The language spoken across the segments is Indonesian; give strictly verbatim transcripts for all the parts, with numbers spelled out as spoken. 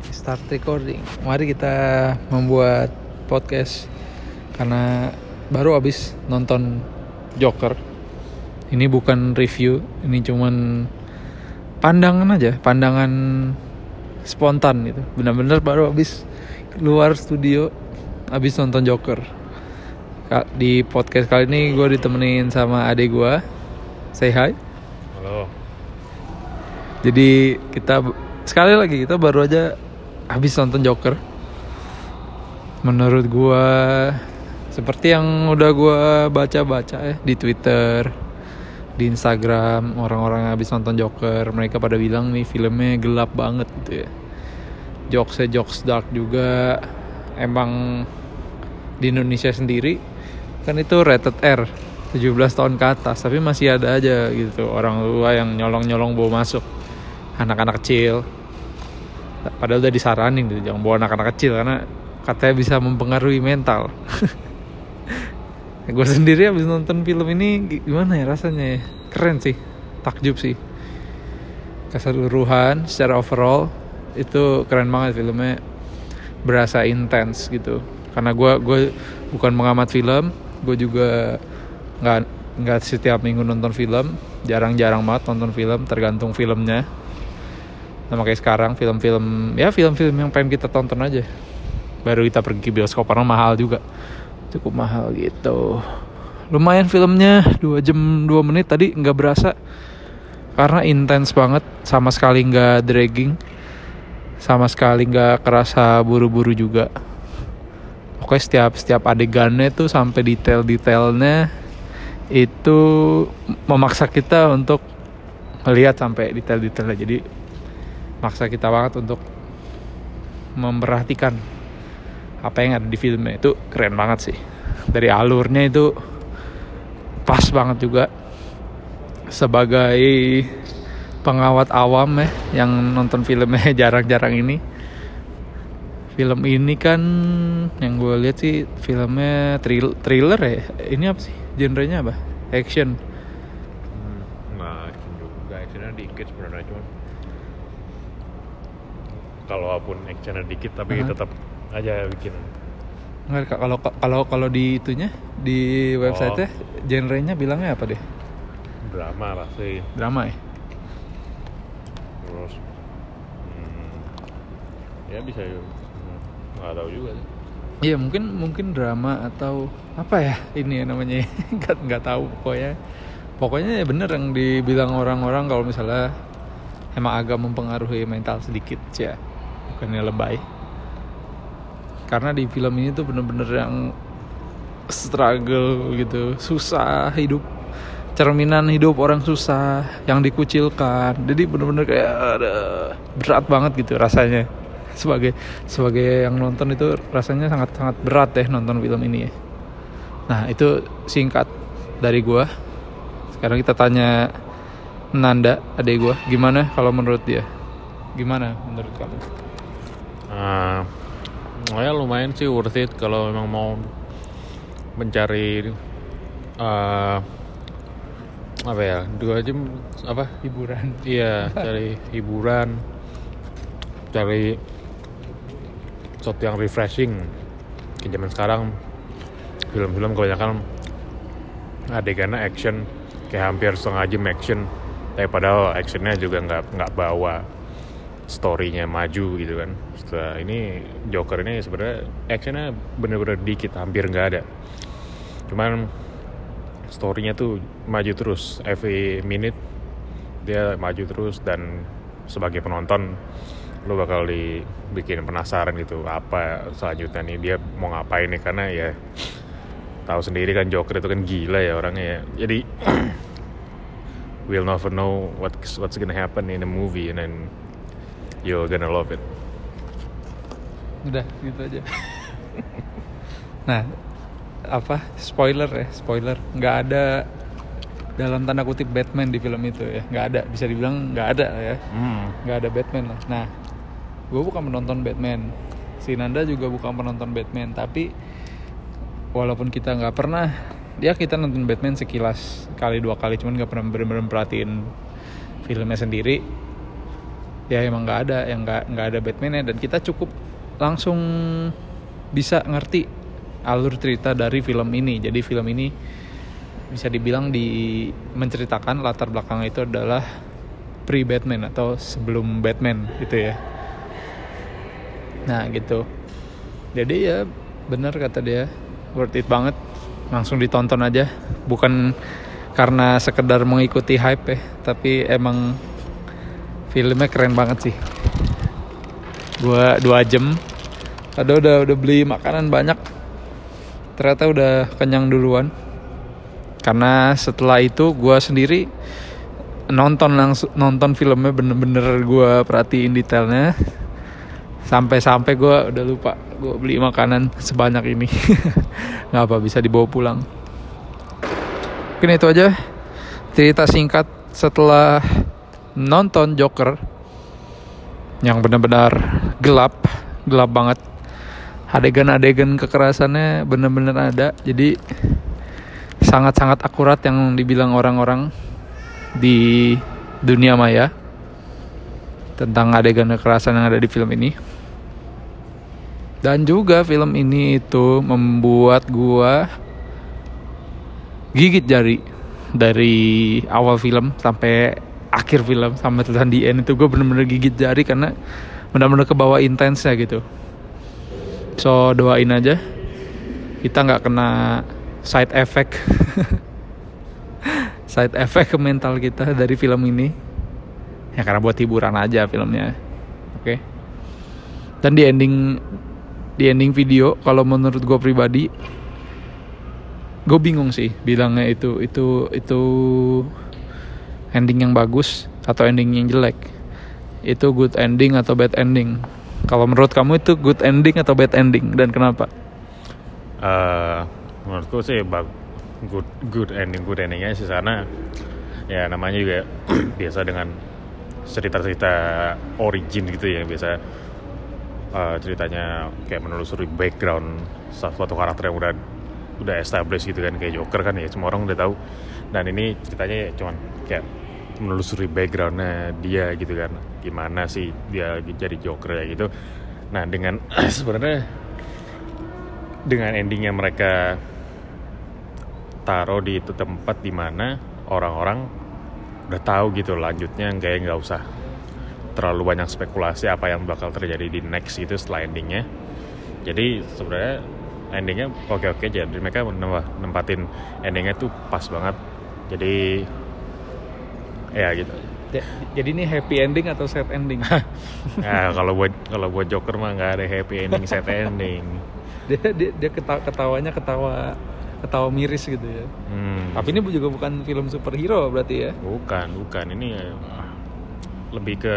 Start recording. Mari kita membuat podcast karena baru habis nonton Joker. Ini bukan review, ini cuman pandangan aja, pandangan spontan gitu. Benar-benar baru habis keluar studio habis nonton Joker. Di podcast kali ini gue ditemenin sama adik gue. Say hi. Halo. Jadi kita sekali lagi kita baru aja habis nonton Joker. Menurut gue seperti yang udah gue baca-baca ya di Twitter, di Instagram, orang-orang yang habis nonton Joker, mereka pada bilang nih filmnya gelap banget gitu ya. Jokesnya jokes dark juga. Emang di Indonesia sendiri kan itu rated R, tujuh belas tahun ke atas, tapi masih ada aja gitu orang tua yang nyolong-nyolong bawa masuk anak-anak kecil. Padahal udah disaranin gitu, jangan bawa anak-anak kecil karena katanya bisa mempengaruhi mental. Gue sendiri abis nonton film ini gimana ya rasanya ya? Keren sih, takjub sih. Keseluruhan secara overall itu keren banget filmnya, berasa intens gitu. Karena gue gue bukan pengamat film, gue juga nggak nggak setiap minggu nonton film, jarang-jarang banget nonton film, tergantung filmnya. Sama kayak sekarang film-film ya film-film yang pengen kita tonton aja, baru kita pergi ke bioskop karena mahal juga, cukup mahal gitu. Lumayan filmnya dua jam dua menit tadi nggak berasa karena intens banget, sama sekali nggak dragging, sama sekali nggak kerasa buru-buru juga. Pokoknya setiap setiap adegannya tuh sampai detail-detailnya itu memaksa kita untuk melihat sampai detail-detailnya. Jadi maksa kita banget untuk memperhatikan apa yang ada di filmnya. Itu keren banget sih. Dari alurnya itu pas banget juga. Sebagai pengawat awam ya yang nonton filmnya jarang-jarang ini, film ini kan yang gue lihat sih filmnya thrill, thriller ya. Ini apa sih? Genrenya apa? Action. Hmm, nah, action juga. Actionnya dikit sebenarnya, cuman kalaupun actionnya dikit tapi uh-huh. tetap aja bikin. Nggak, kalau kalau kalau di itunya di website-nya oh. Genrenya bilangnya apa deh? Drama pasti. Drama ya. Terus, hmm, ya bisa yuk. Nggak tahu juga sih. Iya mungkin mungkin drama atau apa ya ini ya namanya, nggak nggak tahu pokoknya. Pokoknya ya bener yang dibilang orang-orang kalau misalnya emang agak mempengaruhi mental sedikit ya, bukannya lebay. Karena di film ini tuh bener-bener yang struggle gitu, susah hidup, cerminan hidup orang susah yang dikucilkan. Jadi bener-bener kayak ada berat banget gitu rasanya. Sebagai sebagai yang nonton itu rasanya sangat-sangat berat deh nonton film ini ya. Nah itu singkat dari gua. Sekarang kita tanya Nanda, adik gua, gimana kalau menurut dia? Gimana menurut kamu? Uh, ya lumayan sih worth it kalau memang mau mencari uh, apa ya dua jam apa hiburan. Iya cari hiburan, cari sesuatu yang refreshing. Ke zaman sekarang film-film kebanyakan adegannya action, kayak hampir setengah jam action, tapi padahal actionnya juga nggak nggak bawa storynya maju gitu kan. Setelah ini Joker ini sebenarnya actionnya bener-bener dikit, hampir nggak ada, cuman storynya tuh maju terus, every minute dia maju terus, dan sebagai penonton lo bakal dibikin penasaran gitu apa selanjutnya nih, dia mau ngapain nih, karena ya tahu sendiri kan Joker itu kan gila ya orangnya ya. Jadi we'll never know what's what's gonna happen in the movie, and then you're gonna love it. Udah gitu aja. Nah apa spoiler ya spoiler nggak ada dalam tanda kutip Batman di film itu ya, nggak ada, bisa dibilang nggak ada ya, hmm. nggak ada Batman lah. Nah gue bukan penonton Batman, si Nanda juga bukan penonton Batman, tapi walaupun kita nggak pernah, ya kita nonton Batman sekilas kali dua kali, cuman nggak pernah benar-benar perhatiin filmnya sendiri. ya emang nggak ada yang nggak nggak ada Batman-nya, dan kita cukup langsung bisa ngerti alur cerita dari film ini. Jadi film ini bisa dibilang di menceritakan latar belakang itu adalah pre-Batman atau sebelum Batman gitu ya. Nah gitu. Jadi ya benar kata dia, worth it banget, langsung ditonton aja. Bukan karena sekedar mengikuti hype ya, tapi emang filmnya keren banget sih. Gua dua jam, ada udah udah beli makanan banyak. Ternyata udah kenyang duluan. Karena setelah itu gue sendiri nonton langsung nonton filmnya bener-bener gue perhatiin detailnya. Sampai-sampai gue udah lupa gue beli makanan sebanyak ini. Nggak apa, bisa dibawa pulang. Mungkin itu aja cerita singkat setelah nonton Joker yang benar-benar gelap, gelap banget. Adegan-adegan kekerasannya benar-benar ada. Jadi sangat-sangat akurat yang dibilang orang-orang di dunia maya tentang adegan kekerasan yang ada di film ini. Dan juga film ini itu membuat gua gigit jari dari awal film sampai akhir film, sampai tulisan di end itu gue bener-bener gigit jari karena bener-bener kebawa intensnya gitu. So doain aja kita nggak kena side effect side effect ke mental kita dari film ini ya, karena buat hiburan aja filmnya. Oke okay? Dan di ending di ending video, kalau menurut gue pribadi, gue bingung sih bilangnya itu itu itu ending yang bagus atau ending yang jelek, itu good ending atau bad ending. Kalau menurut kamu itu good ending atau bad ending, dan kenapa? Uh, menurutku sih bag, good good ending good endingnya sih, karena ya namanya juga biasa dengan cerita-cerita origin gitu ya, biasa uh, ceritanya kayak menelusuri background suatu karakter yang udah udah established gitu kan, kayak Joker kan ya semua orang udah tahu, dan ini ceritanya ya cuman kayak menelusuri backgroundnya dia gitu kan, gimana sih dia jadi Joker ya gitu. Nah dengan sebenarnya dengan endingnya mereka taruh di itu tempat dimana orang-orang udah tahu gitu lanjutnya, kayak nggak usah terlalu banyak spekulasi apa yang bakal terjadi di next itu setelah endingnya. Jadi sebenarnya endingnya oke-oke aja, jadi mereka nempatin endingnya tuh pas banget. Jadi ya gitu. Jadi ini happy ending atau sad ending? Nah kalau buat kalau buat Joker mah nggak ada happy ending sad ending. dia dia, dia ketawa, ketawanya ketawa ketawa miris gitu ya. Hmm. Tapi ini juga bukan film superhero berarti ya? Bukan bukan ini lebih ke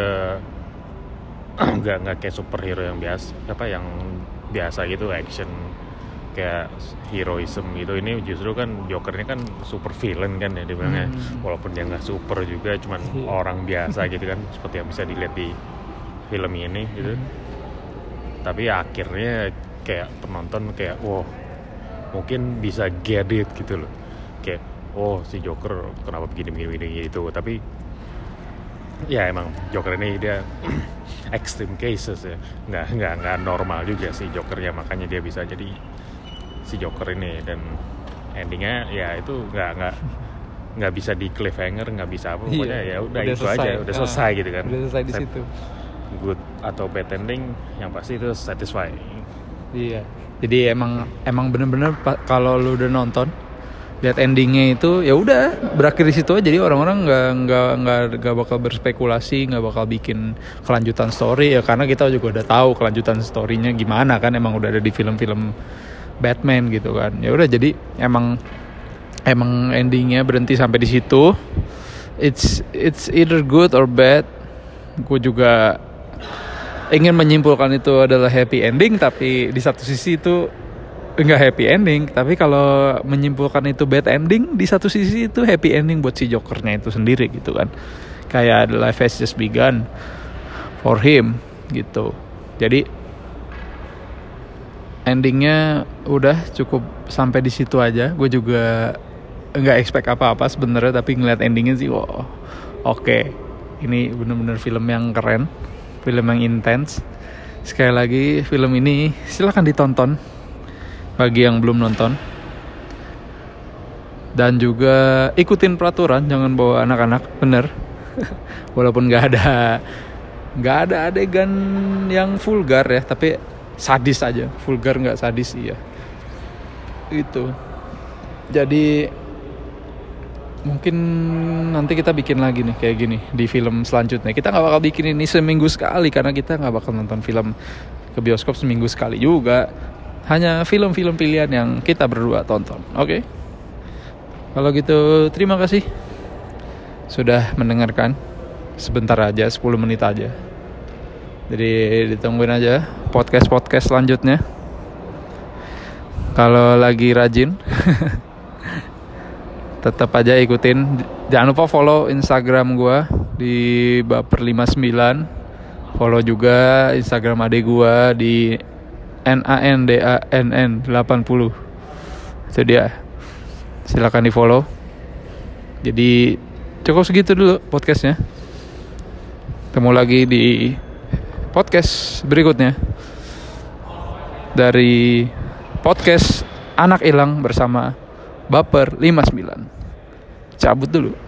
nggak nggak kayak superhero yang biasa apa yang biasa gitu, action kayak heroism gitu. Ini justru kan Joker ini kan super villain kan ya dibilangnya, hmm. walaupun dia nggak super juga, cuman yeah. orang biasa gitu kan, seperti yang bisa dilihat di film ini gitu. Hmm. Tapi ya, akhirnya kayak penonton kayak wow mungkin bisa get it gitu loh, kayak oh si Joker kenapa begini begini begini gitu. Tapi ya emang Joker ini dia extreme cases ya, nggak nggak nggak normal juga si Jokernya, makanya dia bisa jadi si Joker ini. Dan endingnya ya itu nggak nggak nggak bisa di cliffhanger, nggak bisa apa, pokoknya iya, ya udah itu selesai. aja udah selesai nah, gitu kan, udah selesai di Set, situ. Good atau bad ending yang pasti itu satisfying. Iya, jadi emang emang bener-bener pa- kalau lu udah nonton lihat endingnya itu ya udah berakhir di situ aja. Jadi orang-orang nggak nggak nggak nggak bakal berspekulasi, nggak bakal bikin kelanjutan story ya, karena kita juga udah tahu kelanjutan storynya gimana kan, emang udah ada di film-film Batman gitu kan. Ya udah, jadi emang emang endingnya berhenti sampai di situ. It's it's either good or bad. Gue juga ingin menyimpulkan itu adalah happy ending, tapi di satu sisi itu enggak happy ending. Tapi kalau menyimpulkan itu bad ending, di satu sisi itu happy ending buat si Jokernya itu sendiri gitu kan. Kayak the life has just begun for him gitu. Jadi endingnya udah cukup sampai di situ aja. Gue juga nggak expect apa-apa sebenarnya, tapi ngeliat endingnya sih wow, oke okay. Ini bener-bener film yang keren, film yang intens. Sekali lagi, film ini silahkan ditonton bagi yang belum nonton. Dan juga ikutin peraturan, jangan bawa anak-anak, bener. Walaupun nggak ada nggak ada adegan yang vulgar ya, tapi sadis aja. Vulgar nggak sadis, iya. Itu. Jadi mungkin nanti kita bikin lagi nih kayak gini di film selanjutnya. Kita nggak bakal bikin ini seminggu sekali karena kita nggak bakal nonton film ke bioskop seminggu sekali juga. Hanya film-film pilihan yang kita berdua tonton. Oke? Okay? Kalau gitu terima kasih sudah mendengarkan. Sebentar aja, sepuluh menit aja. Jadi ditungguin aja podcast-podcast selanjutnya. Kalau lagi rajin tetap aja ikutin. Jangan lupa follow Instagram gue di baper lima puluh sembilan. Follow juga Instagram adek gue di N A N D A N N delapan puluh. Itu dia. Silakan di follow. Jadi cukup segitu dulu podcastnya. Ketemu lagi di podcast berikutnya dari podcast Anak Hilang bersama Baper lima puluh sembilan. Cabut dulu.